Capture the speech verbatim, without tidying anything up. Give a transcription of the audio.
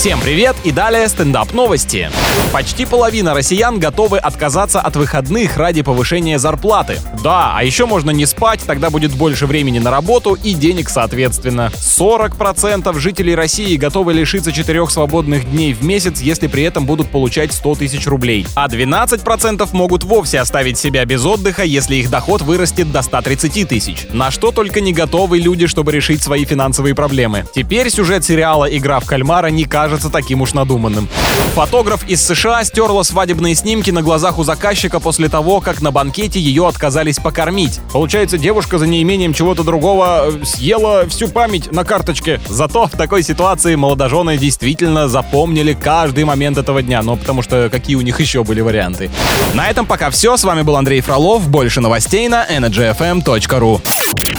Всем привет и далее стендап-новости. Почти половина россиян готовы отказаться от выходных ради повышения зарплаты. Да, а еще можно не спать, тогда будет больше времени на работу и денег соответственно. сорок процентов жителей России готовы лишиться четырех свободных дней в месяц, если при этом будут получать сто тысяч рублей. А двенадцать процентов могут вовсе оставить себя без отдыха, если их доход вырастет до ста тридцати тысяч. На что только не готовы люди, чтобы решить свои финансовые проблемы. Теперь сюжет сериала «Игра в кальмара» не кажется таким уж надуманным. Фотограф из США стерла свадебные снимки на глазах у заказчика после того, как на банкете ее отказались покормить. Получается, девушка за неимением чего-то другого съела всю память на карточке. Зато в такой ситуации молодожены действительно запомнили каждый момент этого дня, ну потому что какие у них еще были варианты. На этом пока все. С вами был Андрей Фролов. Больше новостей на energy f m точка ru.